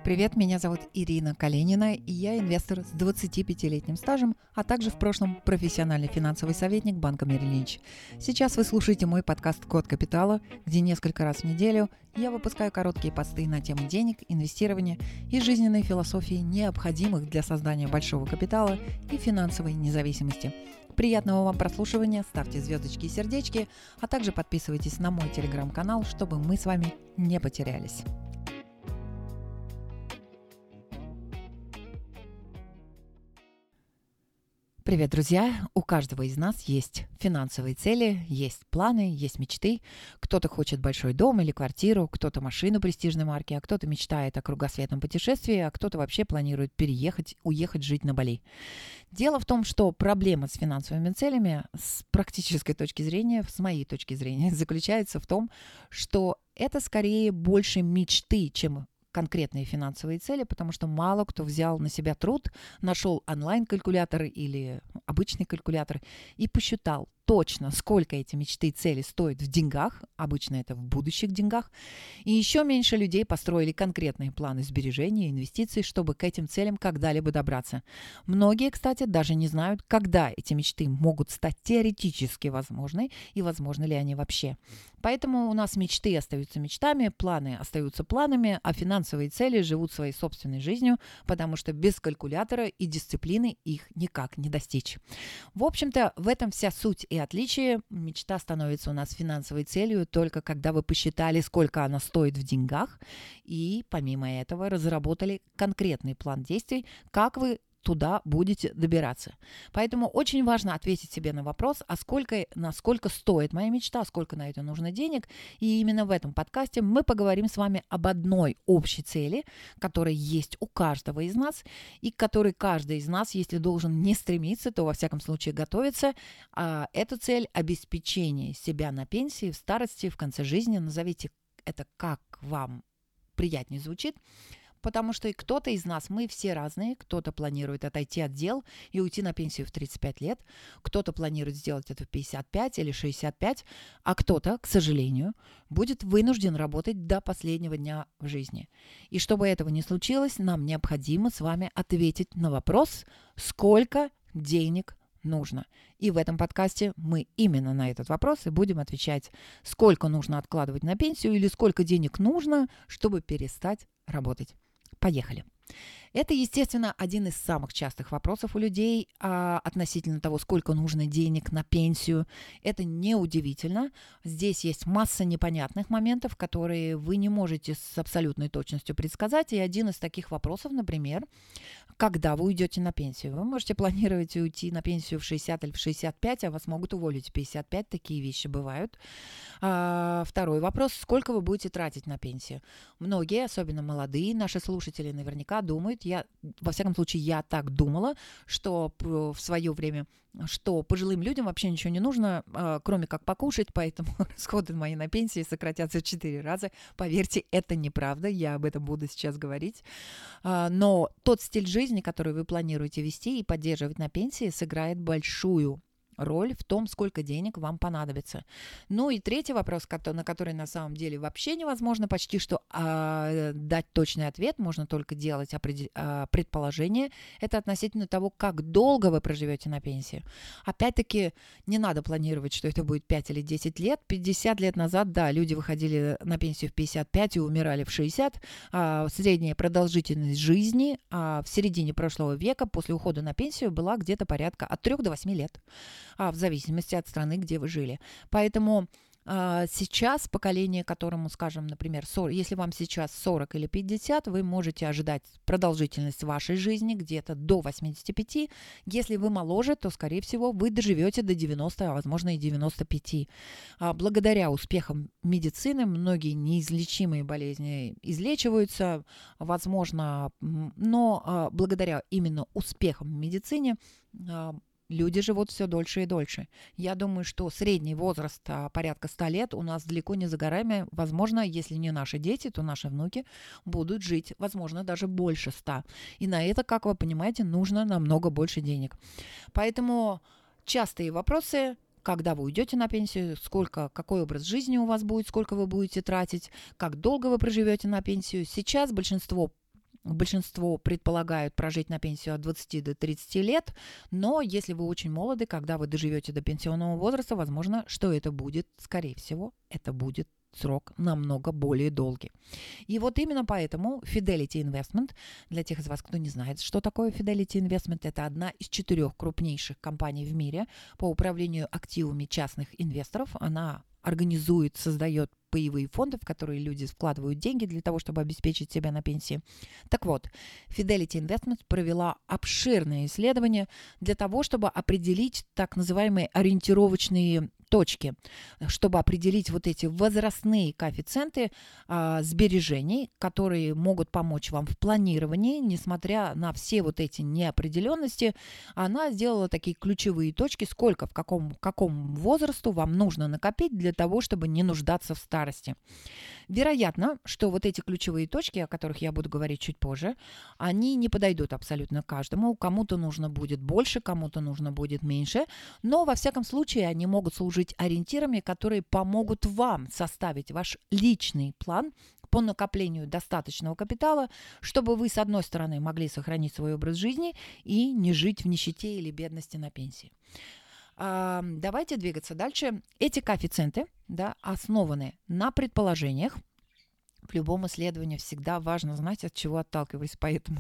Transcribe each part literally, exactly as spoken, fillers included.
Привет, меня зовут Ирина Калинина, и я инвестор с двадцатипятилетним стажем, а также в прошлом профессиональный финансовый советник банка Merrill Lynch. Сейчас вы слушаете мой подкаст «Код капитала», где несколько раз в неделю я выпускаю короткие посты на тему денег, инвестирования и жизненной философии, необходимых для создания большого капитала и финансовой независимости. Приятного вам прослушивания, ставьте звездочки и сердечки, а также подписывайтесь на мой телеграм-канал, чтобы мы с вами не потерялись. Привет, друзья! У каждого из нас есть финансовые цели, есть планы, есть мечты. Кто-то хочет большой дом или квартиру, кто-то машину престижной марки, а кто-то мечтает о кругосветном путешествии, а кто-то вообще планирует переехать, уехать жить на Бали. Дело в том, что проблема с финансовыми целями с практической точки зрения, с моей точки зрения, заключается в том, что это скорее больше мечты, чем конкретные финансовые цели, потому что мало кто взял на себя труд, нашел онлайн-калькулятор или обычный калькулятор и посчитал точно, сколько эти мечты и цели стоят в деньгах, обычно это в будущих деньгах, и еще меньше людей построили конкретные планы сбережения и инвестиций, чтобы к этим целям когда-либо добраться. Многие, кстати, даже не знают, когда эти мечты могут стать теоретически возможны и возможны ли они вообще. Поэтому у нас мечты остаются мечтами, планы остаются планами, а финансовые цели живут своей собственной жизнью, потому что без калькулятора и дисциплины их никак не достичь. В общем-то, в этом вся суть и отличие. Мечта становится у нас финансовой целью только когда вы посчитали, сколько она стоит в деньгах, и помимо этого разработали конкретный план действий, как вы туда будете добираться. Поэтому очень важно ответить себе на вопрос, а сколько, насколько стоит моя мечта, сколько на это нужно денег. И именно в этом подкасте мы поговорим с вами об одной общей цели, которая есть у каждого из нас, и к которой каждый из нас, если должен не стремиться, то во всяком случае готовиться. А эта цель – обеспечение себя на пенсии, в старости, в конце жизни. Назовите это, как вам приятнее звучит. Потому что и кто-то из нас, мы все разные, кто-то планирует отойти от дел и уйти на пенсию в тридцать пять лет, кто-то планирует сделать это в пятьдесят пять или шестьдесят пять, а кто-то, к сожалению, будет вынужден работать до последнего дня в жизни. И чтобы этого не случилось, нам необходимо с вами ответить на вопрос, сколько денег нужно. И в этом подкасте мы именно на этот вопрос и будем отвечать, сколько нужно откладывать на пенсию или сколько денег нужно, чтобы перестать работать. Поехали. Это, естественно, один из самых частых вопросов у людей а, относительно того, сколько нужно денег на пенсию. Это неудивительно. Здесь есть масса непонятных моментов, которые вы не можете с абсолютной точностью предсказать. И один из таких вопросов, например, когда вы уйдете на пенсию. Вы можете планировать уйти на пенсию в шестьдесят или в шестьдесят пять, а вас могут уволить в пятьдесят пять. Такие вещи бывают. А, второй вопрос. Сколько вы будете тратить на пенсию? Многие, особенно молодые наши слушатели, наверняка думают, я, во всяком случае, я так думала, что в свое время, что пожилым людям вообще ничего не нужно, кроме как покушать, поэтому расходы мои на пенсии сократятся в четыре раза. Поверьте, это неправда, я об этом буду сейчас говорить. Но тот стиль жизни, который вы планируете вести и поддерживать на пенсии, сыграет большую роль в том, сколько денег вам понадобится. Ну и третий вопрос, на который на самом деле вообще невозможно почти что а, дать точный ответ, можно только делать определ... а, предположение. Это относительно того, как долго вы проживете на пенсии. Опять-таки, не надо планировать, что это будет пять или десять лет. пятьдесят лет назад, да, люди выходили на пенсию в пятьдесят пять и умирали в шестьдесят. А, средняя продолжительность жизни а, в середине прошлого века после ухода на пенсию была где-то порядка от трёх до восьми лет. А в зависимости от страны, где вы жили. Поэтому а, сейчас поколение, которому, скажем, например, сорок, если вам сейчас сорок или пятьдесят, вы можете ожидать продолжительность вашей жизни где-то до восьмидесяти пяти. Если вы моложе, то, скорее всего, вы доживете до девяноста, а возможно и девяноста пяти. А, благодаря успехам медицины многие неизлечимые болезни излечиваются, возможно, но а, благодаря именно успехам в медицине а, люди живут все дольше и дольше. Я думаю, что средний возраст а, порядка ста лет у нас далеко не за горами. Возможно, если не наши дети, то наши внуки будут жить, возможно, даже больше ста. И на это, как вы понимаете, нужно намного больше денег. Поэтому частые вопросы: когда вы уйдете на пенсию, сколько, какой образ жизни у вас будет, сколько вы будете тратить, как долго вы проживете на пенсию. Сейчас большинство большинство предполагают прожить на пенсию от двадцати до тридцати лет, но если вы очень молоды, когда вы доживете до пенсионного возраста, возможно, что это будет, скорее всего, это будет срок намного более долгий. И вот именно поэтому Fidelity Investment, для тех из вас, кто не знает, что такое Fidelity Investment, это одна из четырех крупнейших компаний в мире по управлению активами частных инвесторов. Она организует, создает паевые фонды, в которые люди вкладывают деньги для того, чтобы обеспечить себя на пенсии. Так вот, Fidelity Investment провела обширное исследование для того, чтобы определить так называемые ориентировочные точки, чтобы определить вот эти возрастные коэффициенты а, сбережений, которые могут помочь вам в планировании, несмотря на все вот эти неопределенности. Она сделала такие ключевые точки, сколько, в каком, каком возрасту вам нужно накопить для того, чтобы не нуждаться в старости. Вероятно, что вот эти ключевые точки, о которых я буду говорить чуть позже, они не подойдут абсолютно каждому. Кому-то нужно будет больше, кому-то нужно будет меньше, но во всяком случае они могут служить ориентирами, которые помогут вам составить ваш личный план по накоплению достаточного капитала, чтобы вы, с одной стороны, могли сохранить свой образ жизни и не жить в нищете или бедности на пенсии. А, давайте двигаться дальше. Эти коэффициенты, да, основаны на предположениях. В любом исследовании всегда важно знать, от чего отталкивались, поэтому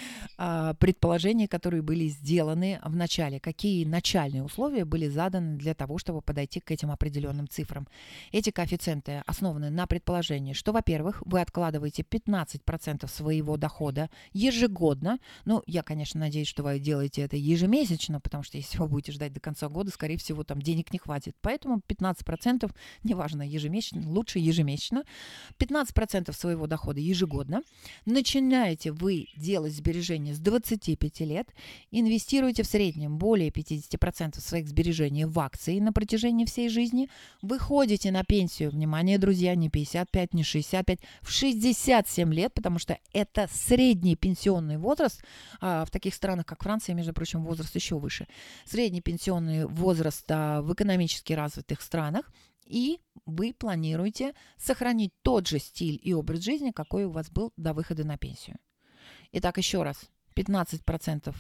а, предположения, которые были сделаны в начале, какие начальные условия были заданы для того, чтобы подойти к этим определенным цифрам. Эти коэффициенты основаны на предположении, что, во-первых, вы откладываете пятнадцать процентов своего дохода ежегодно. Ну, я, конечно, надеюсь, что вы делаете это ежемесячно, потому что если вы будете ждать до конца года, скорее всего, там денег не хватит. Поэтому пятнадцать процентов, неважно, ежемесячно, лучше ежемесячно, пятнадцать процентов своего дохода ежегодно. Начинаете вы делать сбережения с двадцати пяти лет, инвестируете в среднем более пятьдесят процентов своих сбережений в акции на протяжении всей жизни, выходите на пенсию, внимание, друзья, не пятьдесят пять, не шестьдесят пять, в шестьдесят семь лет, потому что это средний пенсионный возраст, а в таких странах, как Франция, между прочим, возраст еще выше. Средний пенсионный возраст а, в экономически развитых странах, и вы планируете сохранить тот же стиль и образ жизни, какой у вас был до выхода на пенсию. Итак, еще раз, пятнадцать процентов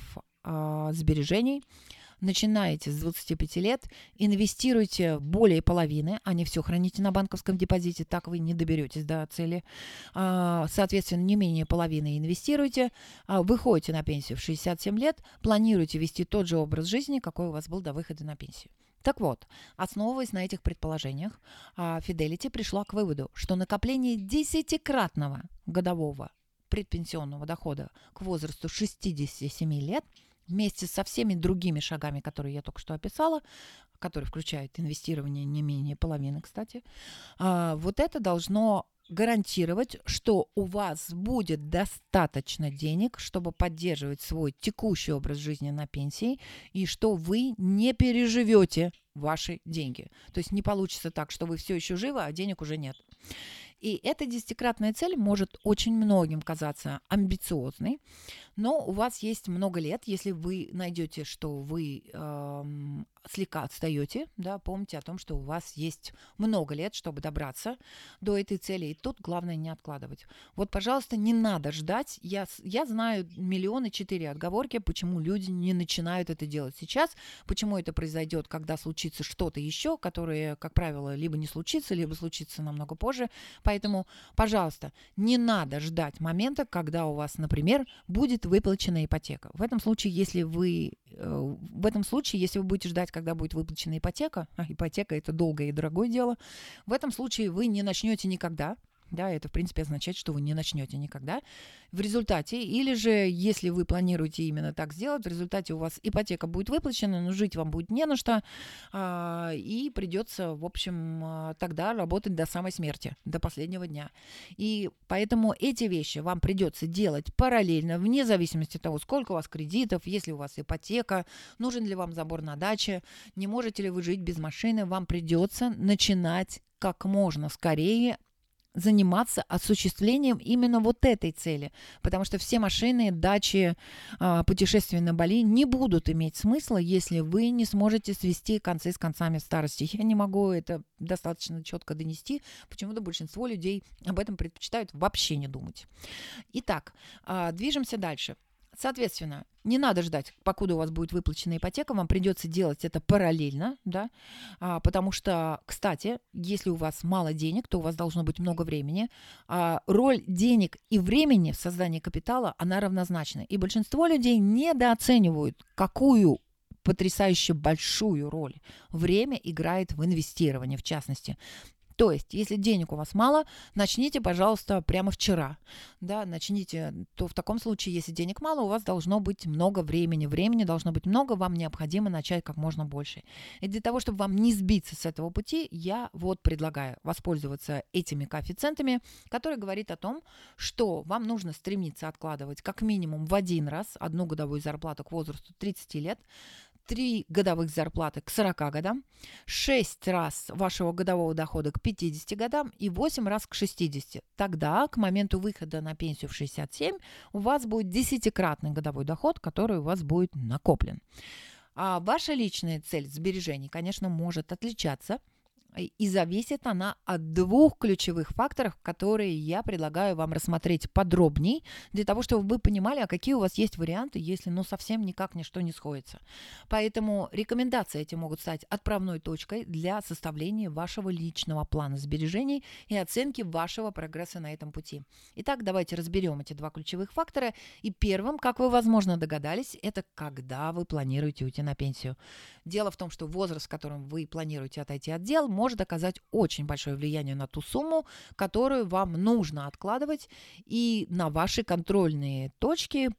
э, сбережений, начинаете с двадцати пяти лет, инвестируйте более половины, а не все храните на банковском депозите, так вы не доберетесь до цели. Э, соответственно, не менее половины инвестируйте, э, выходите на пенсию в шестьдесят семь лет, планируете вести тот же образ жизни, какой у вас был до выхода на пенсию. Так вот, основываясь на этих предположениях, Fidelity пришла к выводу, что накопление десятикратного годового предпенсионного дохода к возрасту шестидесяти семи лет вместе со всеми другими шагами, которые я только что описала, которые включают инвестирование не менее половины, кстати, вот это должно гарантировать, что у вас будет достаточно денег, чтобы поддерживать свой текущий образ жизни на пенсии, и что вы не переживете ваши деньги. То есть не получится так, что вы все еще живы, а денег уже нет. И эта десятикратная цель может очень многим казаться амбициозной, но у вас есть много лет, если вы найдете, что вы эм, слегка отстаете, да, помните о том, что у вас есть много лет, чтобы добраться до этой цели, и тут главное не откладывать. Вот, пожалуйста, не надо ждать. Я, я знаю миллионы четыре отговорки, почему люди не начинают это делать сейчас, почему это произойдет, когда случится что-то еще, которое, как правило, либо не случится, либо случится намного позже. Поэтому, пожалуйста, не надо ждать момента, когда у вас, например, будет выплачена ипотека. В этом случае, если вы, э, в этом случае, если вы будете ждать, когда будет выплачена ипотека, а ипотека – это долгое и дорогое дело, в этом случае вы не начнете никогда. Да, это, в принципе, означает, что вы не начнете никогда. В результате, или же, если вы планируете именно так сделать, в результате у вас ипотека будет выплачена, но жить вам будет не на что, а, и придется, в общем, тогда работать до самой смерти, до последнего дня. И поэтому эти вещи вам придется делать параллельно, вне зависимости от того, сколько у вас кредитов, есть ли у вас ипотека, нужен ли вам забор на даче, не можете ли вы жить без машины, вам придется начинать как можно скорее заниматься осуществлением именно вот этой цели, потому что все машины, дачи, а, путешествия на Бали не будут иметь смысла, если вы не сможете свести концы с концами в старости. Я не могу это достаточно четко донести, почему-то большинство людей об этом предпочитают вообще не думать. Итак, а, движемся дальше. Соответственно, не надо ждать, покуда у вас будет выплачена ипотека, вам придется делать это параллельно, да, а, потому что, кстати, если у вас мало денег, то у вас должно быть много времени. А, роль денег и времени в создании капитала, она равнозначна. И большинство людей недооценивают, какую потрясающе большую роль время играет в инвестировании, в частности. То есть, если денег у вас мало, начните, пожалуйста, прямо вчера. Да, начните, то в таком случае, если денег мало, у вас должно быть много времени. Времени должно быть много, вам необходимо начать как можно больше. И для того, чтобы вам не сбиться с этого пути, я вот предлагаю воспользоваться этими коэффициентами, которые говорят о том, что вам нужно стремиться откладывать как минимум в один раз одну годовую зарплату к возрасту тридцати лет, три годовых зарплаты к сорока годам, шесть раз вашего годового дохода к пятидесяти годам и восемь раз к шестидесяти. Тогда, к моменту выхода на пенсию в шестьдесят семь, у вас будет десятикратный годовой доход, который у вас будет накоплен. А ваша личная цель сбережений, конечно, может отличаться, и зависит она от двух ключевых факторов, которые я предлагаю вам рассмотреть подробней, для того, чтобы вы понимали, а какие у вас есть варианты, если ну совсем никак ничто не сходится. Поэтому рекомендации эти могут стать отправной точкой для составления вашего личного плана сбережений и оценки вашего прогресса на этом пути. Итак, давайте разберем эти два ключевых фактора. И первым, как вы, возможно, догадались, это когда вы планируете уйти на пенсию. Дело в том, что возраст, в котором вы планируете отойти от дел, может оказать очень большое влияние на ту сумму, которую вам нужно откладывать, и на ваши контрольные точки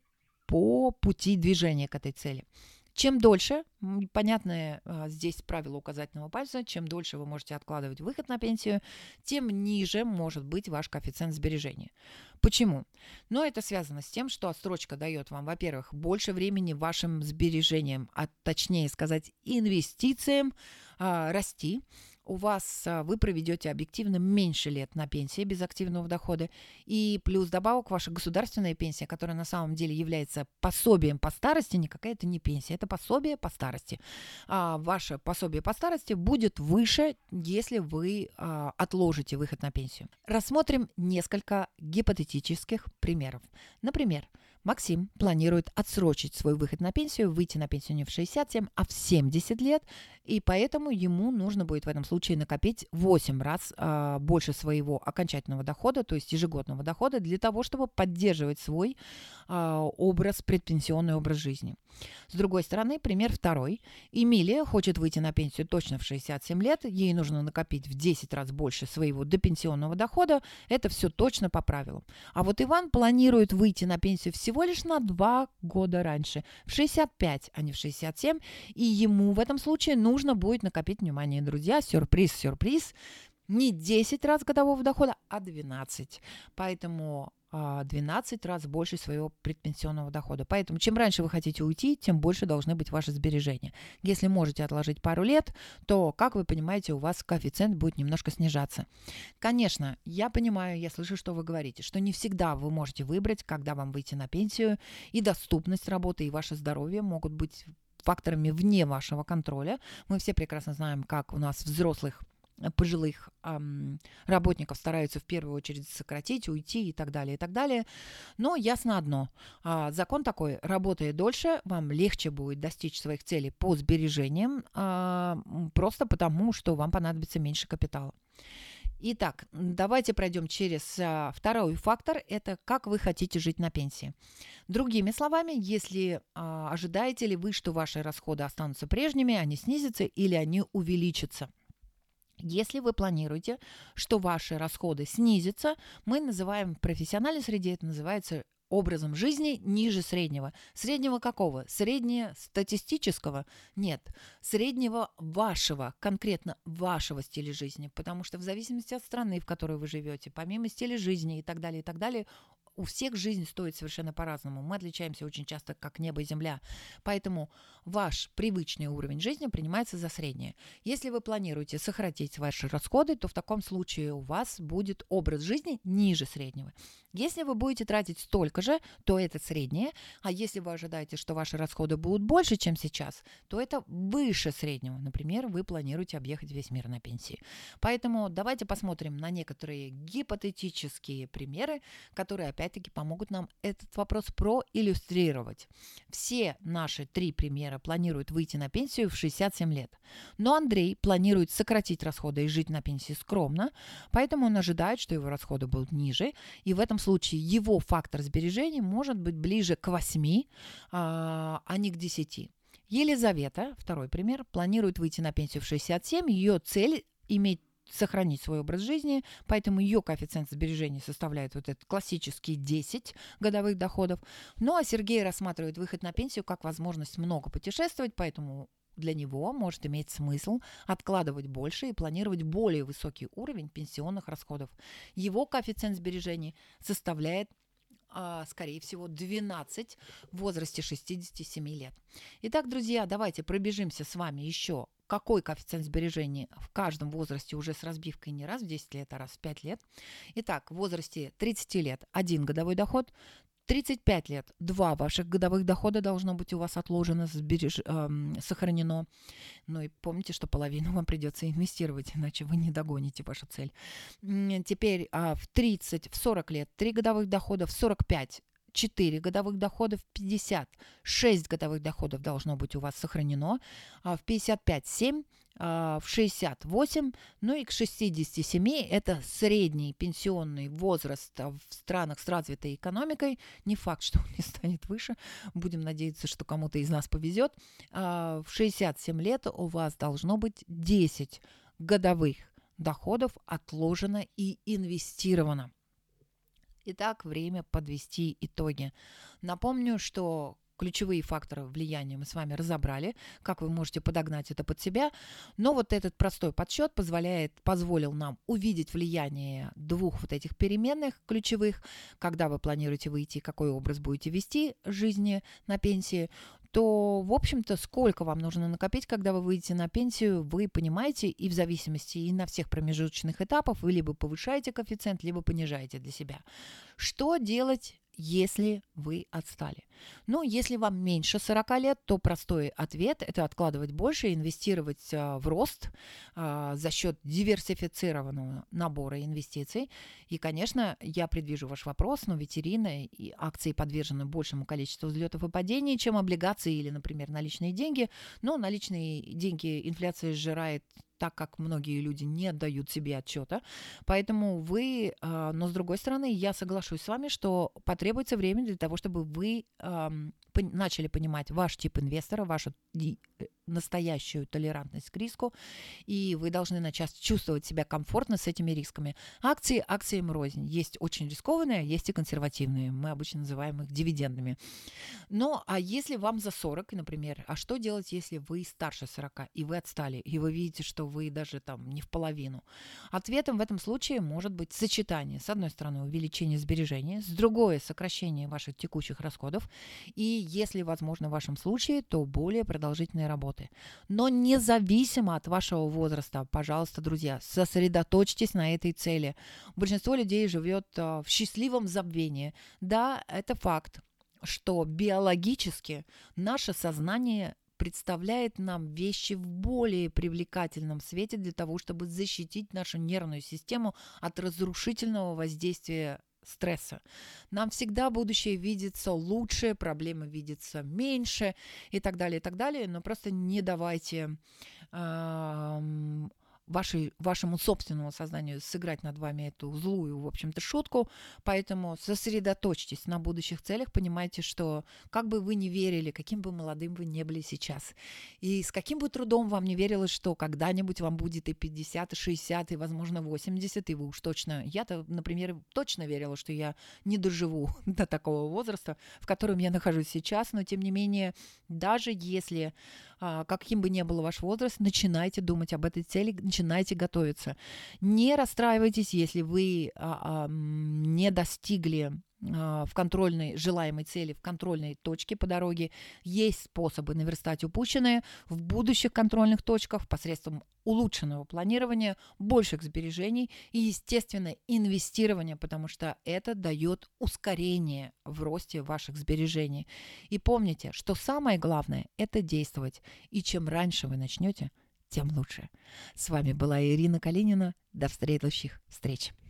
по пути движения к этой цели. Чем дольше, понятное здесь правило указательного пальца, чем дольше вы можете откладывать выход на пенсию, тем ниже может быть ваш коэффициент сбережения. Почему? Но это связано с тем, что отсрочка дает вам, во-первых, больше времени вашим сбережениям, а точнее сказать инвестициям, а, расти. У вас, вы проведете объективно меньше лет на пенсии без активного дохода. И плюс добавок ваша государственная пенсия, которая на самом деле является пособием по старости, никакая это не пенсия, это пособие по старости. А ваше пособие по старости будет выше, если вы а, отложите выход на пенсию. Рассмотрим несколько гипотетических примеров. Например, Максим планирует отсрочить свой выход на пенсию, выйти на пенсию не в шестьдесят семь, а в семьдесят лет, и поэтому ему нужно будет в этом случае накопить восемь раз э, больше своего окончательного дохода, то есть ежегодного дохода, для того, чтобы поддерживать свой э, образ, предпенсионный образ жизни. С другой стороны, пример второй. Эмилия хочет выйти на пенсию точно в шестьдесят семь лет, ей нужно накопить в десять раз больше своего допенсионного дохода, это все точно по правилам. А вот Иван планирует выйти на пенсию всего всего лишь на два года раньше, в шестьдесят пять, а не в шестьдесят семь, и ему в этом случае нужно будет накопить, внимание, друзья, сюрприз, сюрприз, не десять раз годового дохода, а двенадцать. Поэтому двенадцать раз больше своего предпенсионного дохода. Поэтому чем раньше вы хотите уйти, тем больше должны быть ваши сбережения. Если можете отложить пару лет, то, как вы понимаете, у вас коэффициент будет немножко снижаться. Конечно, я понимаю, я слышу, что вы говорите, что не всегда вы можете выбрать, когда вам выйти на пенсию, и доступность работы, и ваше здоровье могут быть факторами вне вашего контроля. Мы все прекрасно знаем, как у нас взрослых пожилых эм, работников стараются в первую очередь сократить, уйти и так далее, и так далее. Но ясно одно. Э, закон такой. Работая дольше, вам легче будет достичь своих целей по сбережениям, э, просто потому, что вам понадобится меньше капитала. Итак, давайте пройдем через а, второй фактор. Это как вы хотите жить на пенсии. Другими словами, если а, ожидаете ли вы, что ваши расходы останутся прежними, они снизятся или они увеличатся. Если вы планируете, что ваши расходы снизятся, мы называем в профессиональной среде, это называется образом жизни ниже среднего. Среднего какого? Среднестатистического? Нет. Среднего вашего, конкретно вашего стиля жизни. Потому что в зависимости от страны, в которой вы живете, помимо стиля жизни и так далее, и так далее, у всех жизнь стоит совершенно по-разному. Мы отличаемся очень часто как небо и земля. Поэтому ваш привычный уровень жизни принимается за среднее. Если вы планируете сократить ваши расходы, то в таком случае у вас будет образ жизни ниже среднего. Если вы будете тратить столько же, то это среднее. А если вы ожидаете, что ваши расходы будут больше, чем сейчас, то это выше среднего. Например, вы планируете объехать весь мир на пенсии. Поэтому давайте посмотрим на некоторые гипотетические примеры, которые опять-таки помогут нам этот вопрос проиллюстрировать. Все наши три примера планируют выйти на пенсию в шестьдесят семь лет. Но Андрей планирует сократить расходы и жить на пенсии скромно, поэтому он ожидает, что его расходы будут ниже, и в этом случае его фактор сбережений может быть ближе к восьми, а не к десяти. Елизавета, второй пример, планирует выйти на пенсию в шестьдесят семь. Ее цель – иметь сохранить свой образ жизни, поэтому ее коэффициент сбережений составляет вот этот классический десять годовых доходов. Ну а Сергей рассматривает выход на пенсию как возможность много путешествовать, поэтому для него может иметь смысл откладывать больше и планировать более высокий уровень пенсионных расходов. Его коэффициент сбережений составляет, а, скорее всего, двенадцать в возрасте шестидесяти семи лет. Итак, друзья, давайте пробежимся с вами еще, какой коэффициент сбережений в каждом возрасте уже с разбивкой не раз в десять лет, а раз в пять лет. Итак, в возрасте тридцати лет один годовой доход, тридцать пять лет два ваших годовых дохода должно быть у вас отложено, сбереж... эм, сохранено. Ну и помните, что половину вам придется инвестировать, иначе вы не догоните вашу цель. Теперь а, в тридцать, в сорок лет три годовых дохода, в сорок пять четыре годовых дохода, в пятьдесят шесть годовых доходов должно быть у вас сохранено, а в пятьдесят пять семь, а в шестьдесят восемь, ну и к шестидесяти семи это средний пенсионный возраст в странах с развитой экономикой. Не факт, что он не станет выше. Будем надеяться, что кому-то из нас повезет. А в шестьдесят семь лет у вас должно быть десять годовых доходов отложено и инвестировано. Итак, время подвести итоги. Напомню, что ключевые факторы влияния мы с вами разобрали, как вы можете подогнать это под себя. Но вот этот простой подсчет позволяет, позволил нам увидеть влияние двух вот этих переменных ключевых, когда вы планируете выйти, какой образ будете вести жизни на пенсии, то, в общем-то, сколько вам нужно накопить, когда вы выйдете на пенсию, вы понимаете, и в зависимости и на всех промежуточных этапах вы либо повышаете коэффициент, либо понижаете для себя. Что делать, если вы отстали? Ну, если вам меньше сорока лет, то простой ответ – это откладывать больше, инвестировать а, в рост а, за счет диверсифицированного набора инвестиций. И, конечно, я предвижу ваш вопрос, но ведь Ирина, и акции подвержены большему количеству взлетов и падений, чем облигации или, например, наличные деньги. Но наличные деньги инфляция сжирает так как многие люди не отдают себе отчета. Поэтому вы, но с другой стороны, я соглашусь с вами, что потребуется время для того, чтобы вы начали понимать ваш тип инвестора, вашу настоящую толерантность к риску, и вы должны начать чувствовать себя комфортно с этими рисками. Акции, акциям рознь. Есть очень рискованные, есть и консервативные. Мы обычно называем их дивидендами. Ну, а если вам за сорок, например, а что делать, если вы старше сорока, и вы отстали, и вы видите, что вы даже там не в половину? Ответом в этом случае может быть сочетание. С одной стороны, увеличение сбережений, с другой – сокращение ваших текущих расходов, и, если возможно в вашем случае, то более продолжительной работы. Но независимо от вашего возраста, пожалуйста, друзья, сосредоточьтесь на этой цели. Большинство людей живет в счастливом забвении. Да, это факт, что биологически наше сознание представляет нам вещи в более привлекательном свете для того, чтобы защитить нашу нервную систему от разрушительного воздействия стресса. Нам всегда будущее видится лучше, проблемы видятся меньше и так далее, и так далее. Но просто не давайте э, вашей, вашему собственному сознанию сыграть над вами эту злую, в общем-то, шутку. Поэтому сосредоточьтесь на будущих целях, понимайте, что как бы вы ни верили, каким бы молодым вы не были сейчас, и с каким бы трудом вам не верилось, что когда-нибудь вам будет и пятьдесят, и шестьдесят, и, возможно, восемьдесят, и вы уж точно... Я-то, например, точно верила, что я не доживу до такого возраста, в котором я нахожусь сейчас, но, тем не менее, даже если, каким бы ни был ваш возраст, начинайте думать об этой цели, начинайте готовиться. Не расстраивайтесь, если вы а, а, не достигли в контрольной желаемой цели, в контрольной точке по дороге. Есть способы наверстать упущенное в будущих контрольных точках посредством улучшенного планирования, больших сбережений и, естественно, инвестирования, потому что это дает ускорение в росте ваших сбережений. И помните, что самое главное – это действовать. И чем раньше вы начнете, тем лучше. С вами была Ирина Калинина. До следующих встреч.